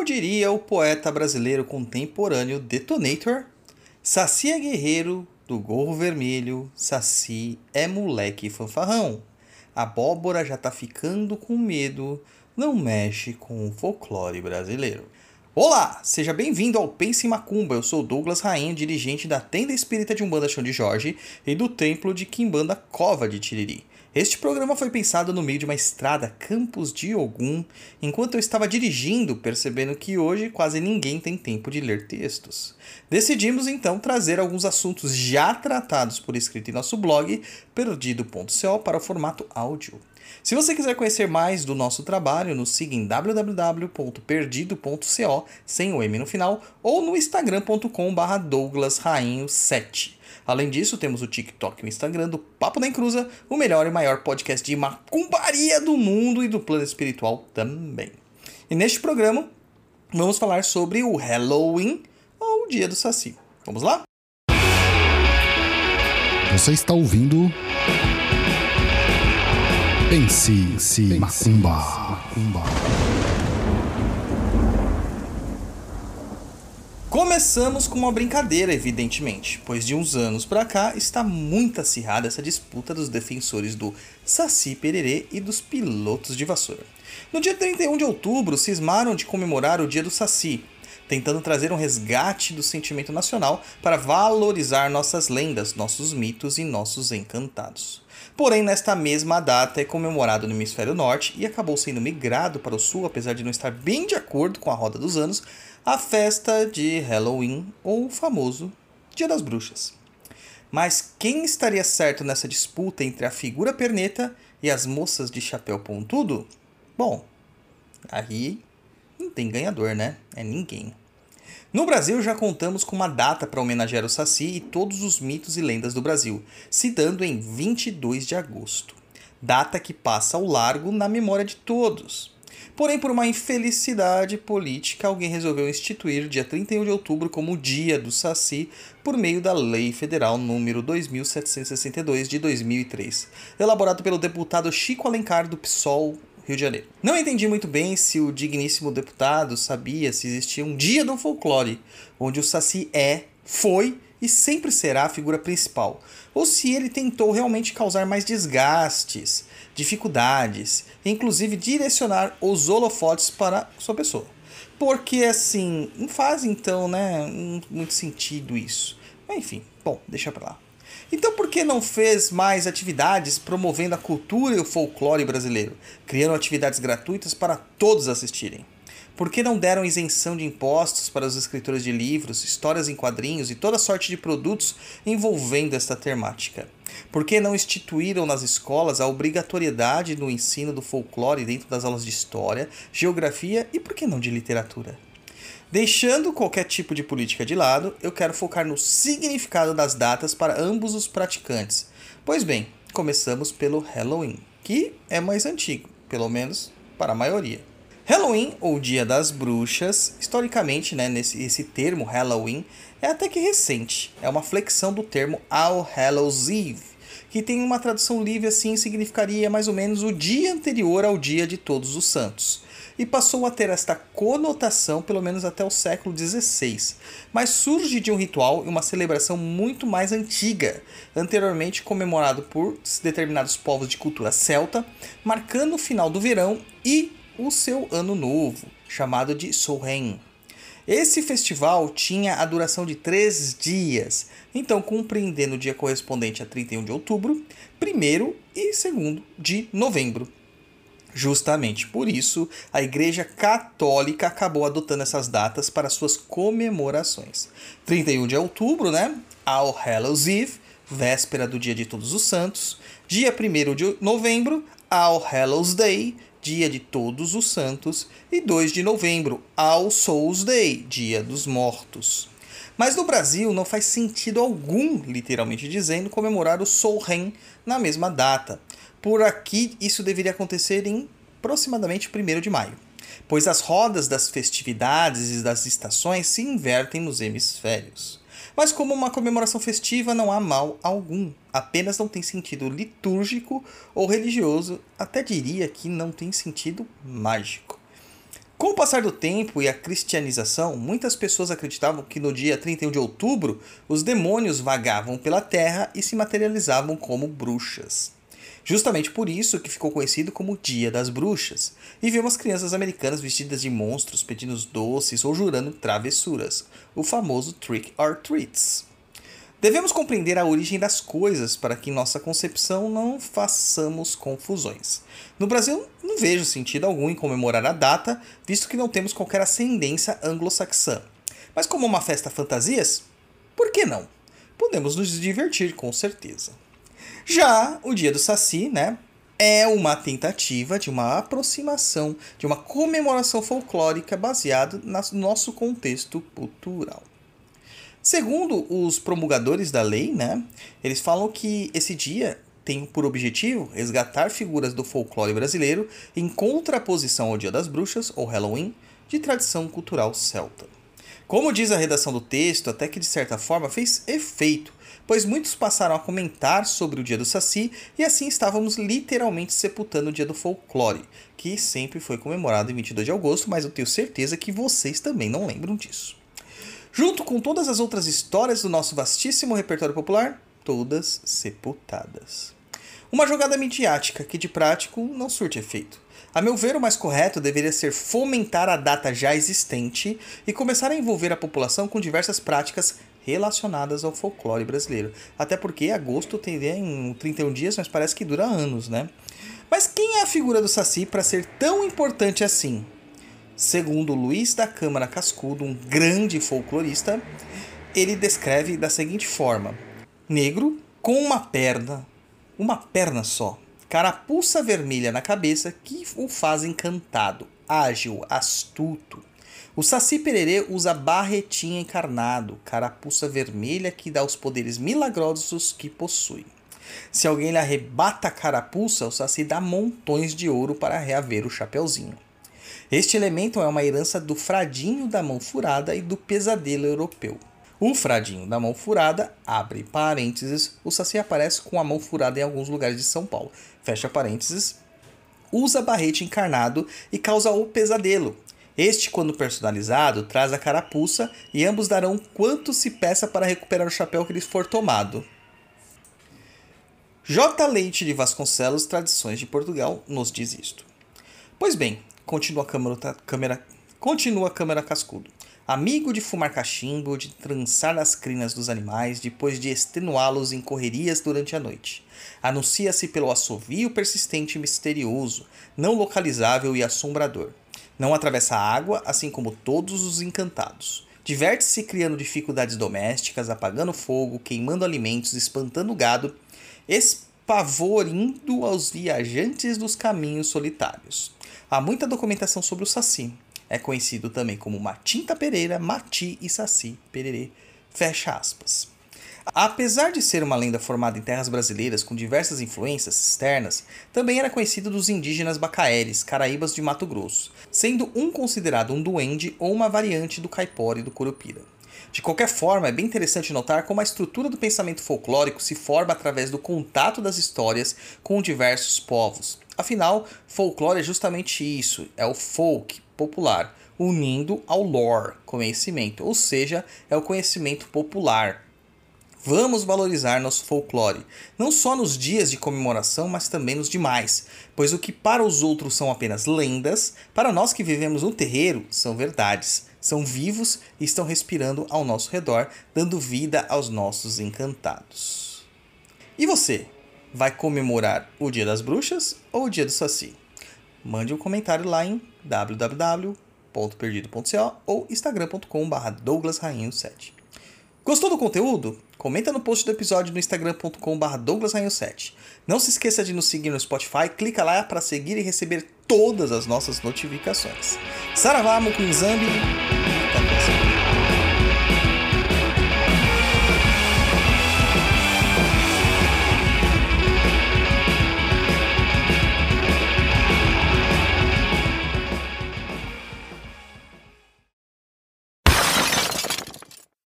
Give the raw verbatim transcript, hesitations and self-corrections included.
Como diria o poeta brasileiro contemporâneo Detonator, Saci é guerreiro do gorro vermelho, Saci é moleque fanfarrão. Abóbora já tá ficando com medo, não mexe com o folclore brasileiro. Olá, seja bem-vindo ao Pense em Macumba, eu sou Douglas Rainha, dirigente da Tenda Espírita de Umbanda Chão de Jorge e do Templo de Quimbanda Cova de Tiriri. Este programa foi pensado no meio de uma estrada Campos de Ogum, enquanto eu estava dirigindo, percebendo que hoje quase ninguém tem tempo de ler textos. Decidimos então trazer alguns assuntos já tratados por escrito em nosso blog, perdido ponto co, para o formato áudio. Se você quiser conhecer mais do nosso trabalho, nos siga em w w w ponto perdido ponto co, sem o M no final, ou no instagram ponto com barra douglas rainho sete. Além disso, temos o TikTok e o Instagram do Papo da Encruza, o melhor e maior podcast de macumbaria do mundo e do plano espiritual também. E neste programa, vamos falar sobre o Halloween, ou o Dia do Saci. Vamos lá? Você está ouvindo... Pense em Macumba. Macumba. Começamos com uma brincadeira, evidentemente, pois de uns anos pra cá está muito acirrada essa disputa dos defensores do Saci Pererê e dos pilotos de vassoura. No dia trinta e um de outubro, cismaram de comemorar o Dia do Saci, tentando trazer um resgate do sentimento nacional para valorizar nossas lendas, nossos mitos e nossos encantados. Porém, nesta mesma data é comemorado no hemisfério norte e acabou sendo migrado para o sul, apesar de não estar bem de acordo com a roda dos anos, a festa de Halloween, ou o famoso Dia das Bruxas. Mas quem estaria certo nessa disputa entre a figura perneta e as moças de chapéu pontudo? Bom, aí não tem ganhador, né? É ninguém. No Brasil já contamos com uma data para homenagear o Saci e todos os mitos e lendas do Brasil, se dando em vinte e dois de agosto. Data que passa ao largo na memória de todos. Porém, por uma infelicidade política, alguém resolveu instituir o dia trinta e um de outubro como o Dia do Saci por meio da Lei Federal número dois mil setecentos e sessenta e dois de dois mil e três, elaborado pelo deputado Chico Alencar do PSOL, Rio de Janeiro. Não entendi muito bem se o digníssimo deputado sabia se existia um dia do folclore, onde o Saci é, foi e sempre será a figura principal, ou se ele tentou realmente causar mais desgastes, dificuldades, e inclusive direcionar os holofotes para sua pessoa. Porque assim, não faz então, né, muito sentido isso. Mas enfim, bom, deixa pra lá. Então por que não fez mais atividades promovendo a cultura e o folclore brasileiro, criando atividades gratuitas para todos assistirem? Por que não deram isenção de impostos para os escritores de livros, histórias em quadrinhos e toda sorte de produtos envolvendo esta temática? Por que não instituíram nas escolas a obrigatoriedade no ensino do folclore dentro das aulas de história, geografia e por que não de literatura? Deixando qualquer tipo de política de lado, eu quero focar no significado das datas para ambos os praticantes. Pois bem, começamos pelo Halloween, que é mais antigo, pelo menos para a maioria. Halloween, ou Dia das Bruxas, historicamente, né, nesse, esse termo Halloween é até que recente. É uma flexão do termo All Hallows Eve, que tem uma tradução livre assim, significaria mais ou menos o dia anterior ao Dia de Todos os Santos. E passou a ter esta conotação pelo menos até o século dezesseis, mas surge de um ritual e uma celebração muito mais antiga, anteriormente comemorado por determinados povos de cultura celta, marcando o final do verão e o seu ano novo, chamado de Samhain. Esse festival tinha a duração de três dias, então compreendendo o dia correspondente a trinta e um de outubro, primeiro e segundo de novembro. Justamente por isso, a Igreja Católica acabou adotando essas datas para suas comemorações. trinta e um de outubro, né? All Hallows Eve, véspera do Dia de Todos os Santos. Dia primeiro de novembro, All Hallows Day, Dia de Todos os Santos. E dois de novembro, All Souls Day, Dia dos Mortos. Mas no Brasil não faz sentido algum, literalmente dizendo, comemorar o Samhain na mesma data. Por aqui, isso deveria acontecer em aproximadamente primeiro de maio, pois as rodas das festividades e das estações se invertem nos hemisférios. Mas como uma comemoração festiva não há mal algum, apenas não tem sentido litúrgico ou religioso, até diria que não tem sentido mágico. Com o passar do tempo e a cristianização, muitas pessoas acreditavam que no dia trinta e um de outubro, os demônios vagavam pela terra e se materializavam como bruxas. Justamente por isso que ficou conhecido como Dia das Bruxas, e vemos crianças americanas vestidas de monstros pedindo doces ou jurando travessuras, o famoso Trick or Treats. Devemos compreender a origem das coisas para que em nossa concepção não façamos confusões. No Brasil, não vejo sentido algum em comemorar a data, visto que não temos qualquer ascendência anglo-saxã. Mas como uma festa fantasias, por que não? Podemos nos divertir com certeza. Já o Dia do Saci, né, é uma tentativa de uma aproximação, de uma comemoração folclórica baseada no nosso contexto cultural. Segundo os promulgadores da lei, né, eles falam que esse dia tem por objetivo resgatar figuras do folclore brasileiro em contraposição ao Dia das Bruxas, ou Halloween, de tradição cultural celta. Como diz a redação do texto, até que de certa forma fez efeito, pois muitos passaram a comentar sobre o Dia do Saci e assim estávamos literalmente sepultando o Dia do Folclore, que sempre foi comemorado em vinte e dois de agosto, mas eu tenho certeza que vocês também não lembram disso. Junto com todas as outras histórias do nosso vastíssimo repertório popular, todas sepultadas. Uma jogada midiática que de prático não surte efeito. A meu ver, o mais correto deveria ser fomentar a data já existente e começar a envolver a população com diversas práticas relacionadas ao folclore brasileiro. Até porque agosto tem trinta e um dias, mas parece que dura anos, né? Mas quem é a figura do Saci para ser tão importante assim? Segundo Luiz da Câmara Cascudo, um grande folclorista, ele descreve da seguinte forma: negro com uma perna, uma perna só, carapuça vermelha na cabeça que o faz encantado, ágil, astuto. O Saci Pererê usa barretim encarnado, carapuça vermelha que dá os poderes milagrosos que possui. Se alguém lhe arrebata a carapuça, o Saci dá montões de ouro para reaver o chapeuzinho. Este elemento é uma herança do fradinho da mão furada e do pesadelo europeu. O fradinho da mão furada, abre parênteses, o Saci aparece com a mão furada em alguns lugares de São Paulo, fecha parênteses, usa barrete encarnado e causa o pesadelo. Este, quando personalizado, traz a carapuça e ambos darão quanto se peça para recuperar o chapéu que lhes for tomado. J. Leite de Vasconcelos, Tradições de Portugal, nos diz isto. Pois bem, continua a câmera, câmera, continua a câmera Cascudo. Amigo de fumar cachimbo, de trançar as crinas dos animais, depois de extenuá-los em correrias durante a noite. Anuncia-se pelo assovio persistente e misterioso, não localizável e assombrador. Não atravessa a água, assim como todos os encantados. Diverte-se criando dificuldades domésticas, apagando fogo, queimando alimentos, espantando gado, espavorindo aos viajantes dos caminhos solitários. Há muita documentação sobre o Saci. É conhecido também como Matinta Pereira, Mati e Saci Pererê. Fecha aspas. Apesar de ser uma lenda formada em terras brasileiras com diversas influências externas, também era conhecido dos indígenas bacaeres, caraíbas de Mato Grosso, sendo um considerado um duende ou uma variante do caipora e do curupira. De qualquer forma, é bem interessante notar como a estrutura do pensamento folclórico se forma através do contato das histórias com diversos povos. Afinal, folclore é justamente isso, é o folk popular, unindo ao lore, conhecimento, ou seja, é o conhecimento popular. Vamos valorizar nosso folclore, não só nos dias de comemoração, mas também nos demais, pois o que para os outros são apenas lendas, para nós que vivemos no terreiro, são verdades, são vivos e estão respirando ao nosso redor, dando vida aos nossos encantados. E você, vai comemorar o Dia das Bruxas ou o Dia do Saci? Mande um comentário lá em w w w ponto perdido ponto co ou instagram ponto com barra douglas rainho sete. Gostou do conteúdo? Comenta no post do episódio no instagram ponto com barra douglas rainho sete. Não se esqueça de nos seguir no Spotify, clica lá para seguir e receber todas as nossas notificações. Saravá, Mukunzambi!